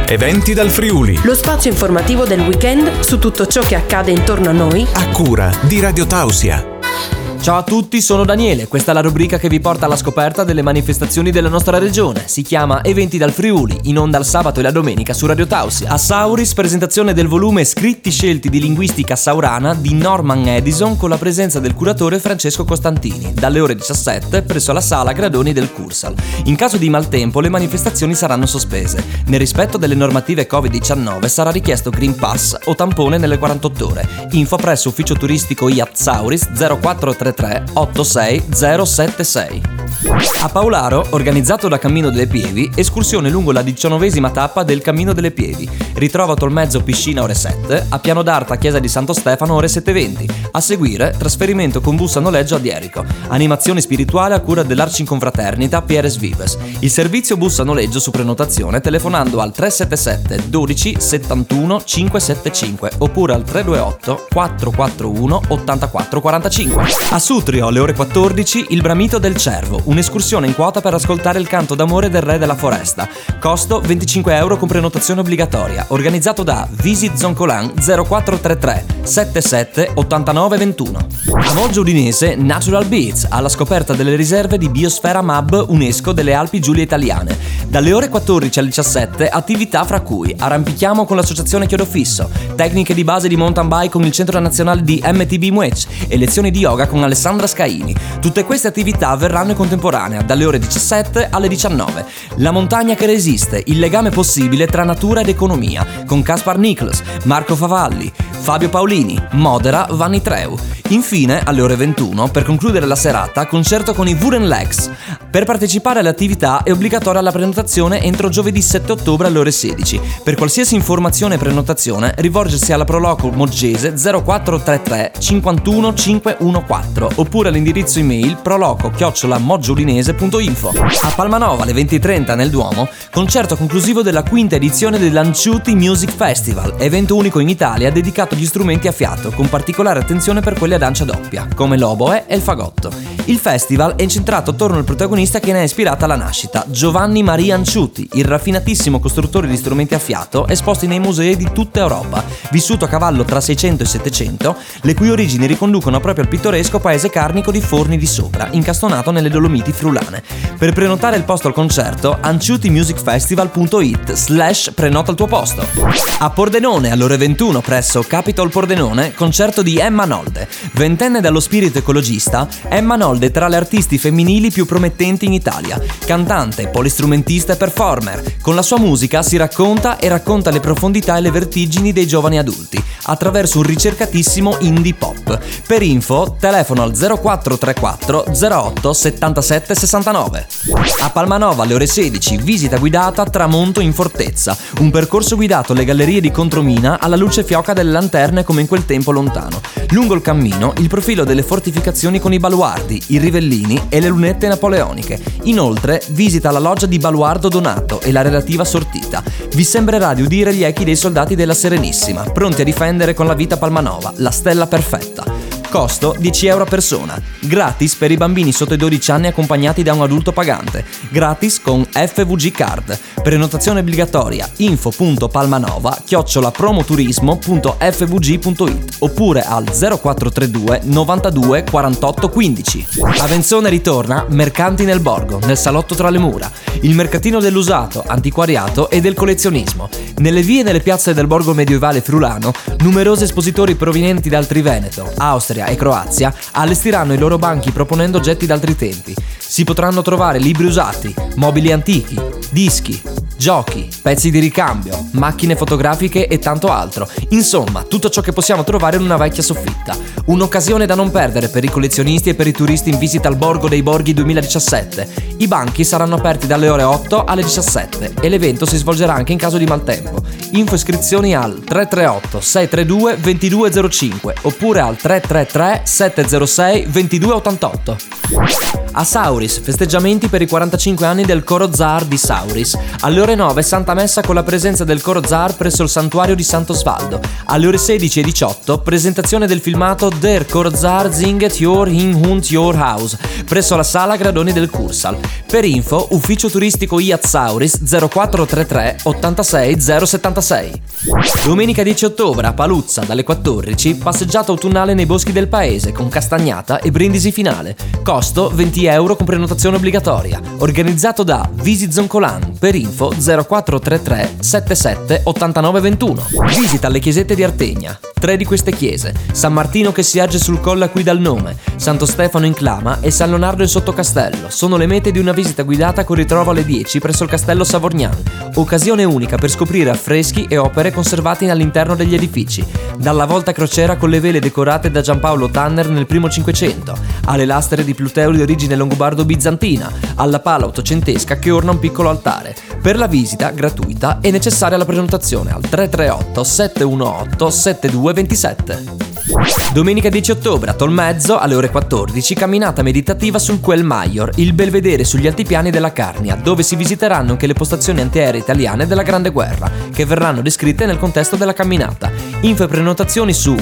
Eventi dal Friuli. Lo spazio informativo del weekend su tutto ciò che accade intorno a noi. A cura di Radio Tausia. Ciao a tutti, sono Daniele, questa è la rubrica che vi porta alla scoperta delle manifestazioni della nostra regione. Si chiama Eventi dal Friuli, in onda il sabato e la domenica su Radio Tausia. A Sauris, presentazione del volume Scritti scelti di linguistica saurana di Norman Edison con la presenza del curatore Francesco Costantini, dalle ore 17 presso la sala Gradoni del Cursal. In caso di maltempo le manifestazioni saranno sospese. Nel rispetto delle normative Covid-19 sarà richiesto Green Pass o tampone nelle 48 ore. Info presso ufficio turistico IAT Sauris 0433 86076. A Paolaro, organizzato da Cammino delle Pievi, escursione lungo la 19ª tappa del Cammino delle Pievi. Ritrova Tolmezzo Piscina ore 7, a Piano d'Arta Chiesa di Santo Stefano ore 7:20. A seguire, trasferimento con bus a noleggio ad Erico. Animazione spirituale a cura dell'Arcinconfraternita Pieres Vives. Il servizio bus a noleggio su prenotazione telefonando al 377 12 71 575 oppure al 328 441 84 45. A Sutrio, alle ore 14, il Bramito del Cervo, un'escursione in quota per ascoltare il canto d'amore del re della foresta. Costo 25 euro con prenotazione obbligatoria. Organizzato da Visit Zoncolan 0433 77 89 21. A Moggio Udinese, Natural Beats, alla scoperta delle riserve di Biosfera MAB UNESCO delle Alpi Giulie Italiane. Dalle ore 14 alle 17, attività fra cui arrampichiamo con l'associazione Chiodo Fisso, tecniche di base di mountain bike con il Centro Nazionale di MTB Muec e lezioni di yoga con Alessandra Scaini. Tutte queste attività avverranno in contemporanea dalle ore 17 alle 19. La montagna che resiste, il legame possibile tra natura ed economia, con Caspar Nichols, Marco Favalli, Fabio Paolini, Modera, Vanni Treu. Infine, alle ore 21, per concludere la serata, concerto con i Wooden Legs. Per partecipare alle attività è obbligatoria la prenotazione entro giovedì 7 ottobre alle ore 16. Per qualsiasi informazione e prenotazione, rivolgersi alla Proloco Moggese 0433 51 514 oppure all'indirizzo email proloco@moggioudinese.info. A Palmanova alle 20:30 nel Duomo, concerto conclusivo della quinta edizione dell'Anciuti Music Festival, evento unico in Italia dedicato agli strumenti a fiato, con particolare attenzione per quelli ad ancia doppia, come l'oboe e il fagotto. Il festival è incentrato attorno al protagonista che ne ha ispirata la nascita, Giovanni Maria Anciuti, il raffinatissimo costruttore di strumenti a fiato esposti nei musei di tutta Europa, vissuto a cavallo tra 600 e 700, le cui origini riconducono proprio al pittoresco paese carnico di Forni di Sopra, incastonato nelle Dolomiti friulane. Per prenotare il posto al concerto, anciutimusicfestival.it/prenota il tuo posto. A Pordenone, alle ore 21 presso Capitol Pordenone, concerto di Emma Nolde. Ventenne dallo spirito ecologista, Emma Nolde è tra le artisti femminili più promettenti in Italia. Cantante, polistrumentista e performer, con la sua musica si racconta le profondità e le vertigini dei giovani adulti, attraverso un ricercatissimo indie pop. Per info, telefono al 0434 08 77 69. A Palmanova, alle ore 16, visita guidata Tramonto in Fortezza, un percorso guidato alle gallerie di Contromina alla luce fioca delle lanterne come in quel tempo lontano. Lungo il cammino, il profilo delle fortificazioni con i baluardi, i rivellini e le lunette napoleoniche. Inoltre, visita la loggia di Baluardo Donato e la relativa sortita. Vi sembrerà di udire gli echi dei soldati della Serenissima, pronti a difendere con la vita Palmanova, la stella perfetta. Costo 10 euro a persona. Gratis per i bambini sotto i 12 anni accompagnati da un adulto pagante. Gratis con FVG Card. Prenotazione obbligatoria. info.palmanova@promoturismo.fvg.it oppure al 0432 92 48 15. A Venzone ritorna Mercanti nel Borgo, nel salotto tra le mura. Il mercatino dell'usato, antiquariato e del collezionismo. Nelle vie e nelle piazze del borgo medievale friulano, numerosi espositori provenienti dal Triveneto, Austria e Croazia allestiranno i loro banchi proponendo oggetti d'altri tempi. Si potranno trovare libri usati, mobili antichi, dischi, giochi, pezzi di ricambio, macchine fotografiche e tanto altro. Insomma, tutto ciò che possiamo trovare in una vecchia soffitta. Un'occasione da non perdere per i collezionisti e per i turisti in visita al Borgo dei Borghi 2017. I banchi saranno aperti dalle ore 8 alle 17 e l'evento si svolgerà anche in caso di maltempo. Info iscrizioni al 338 632 2205 oppure al 333 706 2288. A Sauris, festeggiamenti per i 45 anni del Coro Zar di Sauris. Alle ore 9 Santa Messa con la presenza del Coro Zar presso il santuario di Sant'Osvaldo. Alle ore 16:18 presentazione del filmato Der Coro Zar Zinget Your in Hund Your House presso la sala Gradoni del Cursal. Per info ufficio turistico IAT Sauris 0433 86 076. Domenica 10 ottobre a Paluzza dalle 14 passeggiata autunnale nei boschi del paese con castagnata e brindisi finale. Costo 20 euro con prenotazione obbligatoria. Organizzato da Visit Zoncolan. Per info 0433 77 89 21. Visita alle chiesette di Artegna. 3 di queste chiese: San Martino che si erge sul colle a cui dà il nome, Santo Stefano in Clama e San Leonardo in Sottocastello sono le mete di una visita guidata con ritrovo alle 10 presso il Castello Savorgnan. Occasione unica per scoprire affreschi e opere conservati all'interno degli edifici, dalla volta crociera con le vele decorate da Giampaolo Tanner nel primo Cinquecento, alle lastre di Pluteo di origine longobardo-bizantina, alla pala ottocentesca che orna un piccolo altare. Per la visita, gratuita, è necessaria la prenotazione al 338 718 7227. Domenica 10 ottobre a Tolmezzo alle ore 14 camminata meditativa sul Quel Maior, il belvedere sugli altipiani della Carnia, dove si visiteranno anche le postazioni antiaeree italiane della Grande Guerra, che verranno descritte nel contesto della camminata. Info e prenotazioni su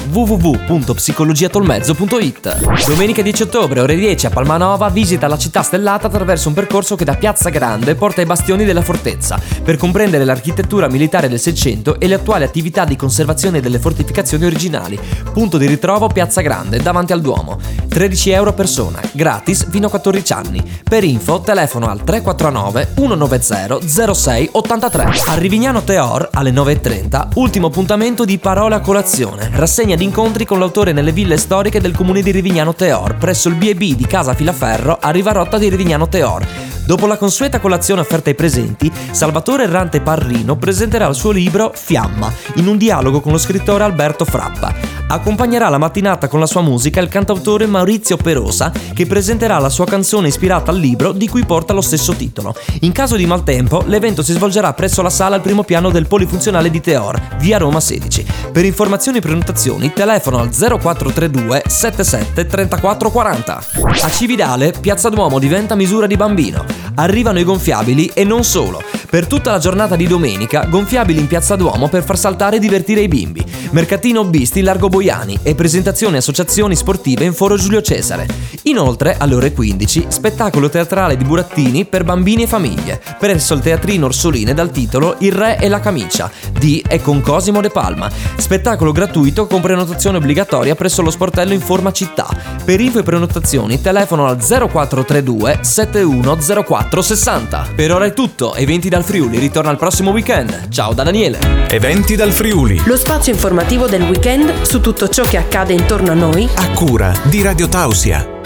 www.psicologiatolmezzo.it. Domenica 10 ottobre ore 10 a Palmanova visita la città stellata attraverso un percorso che da Piazza Grande porta ai bastioni della fortezza, per comprendere l'architettura militare del Seicento e le attuali attività di conservazione delle fortificazioni originali. Punto di ritrovo Piazza Grande davanti al Duomo. 13 euro a persona, gratis fino a 14 anni. Per info telefono al 349 190 06 83. A Rivignano Teor alle 9:30 ultimo appuntamento di Parole a colazione, rassegna di incontri con l'autore nelle ville storiche del comune di Rivignano Teor presso il B&B di Casa Filaferro a Rivarotta di Rivignano Teor. Dopo la consueta colazione offerta ai presenti, Salvatore Errante Parrino presenterà il suo libro Fiamma, in un dialogo con lo scrittore Alberto Frappa. Accompagnerà la mattinata con la sua musica il cantautore Maurizio Perosa, che presenterà la sua canzone ispirata al libro di cui porta lo stesso titolo. In caso di maltempo, l'evento si svolgerà presso la sala al primo piano del Polifunzionale di Teor, via Roma 16. Per informazioni e prenotazioni telefono al 0432 77 34 40. A Cividale, Piazza Duomo diventa misura di bambino. Arrivano i gonfiabili e non solo. Per tutta la giornata di domenica, gonfiabili in Piazza Duomo per far saltare e divertire i bimbi. Mercatino hobbisti in Largo Boiani e presentazioni e associazioni sportive in Foro Giulio Cesare. Inoltre, alle ore 15, spettacolo teatrale di burattini per bambini e famiglie, presso il Teatrino Orsoline dal titolo Il Re e la Camicia, di e con Cosimo De Palma. Spettacolo gratuito con prenotazione obbligatoria presso lo sportello Informa Città. Per info e prenotazioni telefono al 0432 7104 60. Per ora è tutto, eventi dal Friuli ritorna al prossimo weekend. Ciao da Daniele. Eventi dal Friuli. Lo spazio informativo del weekend su tutto ciò che accade intorno a noi A cura di Radio Tausia.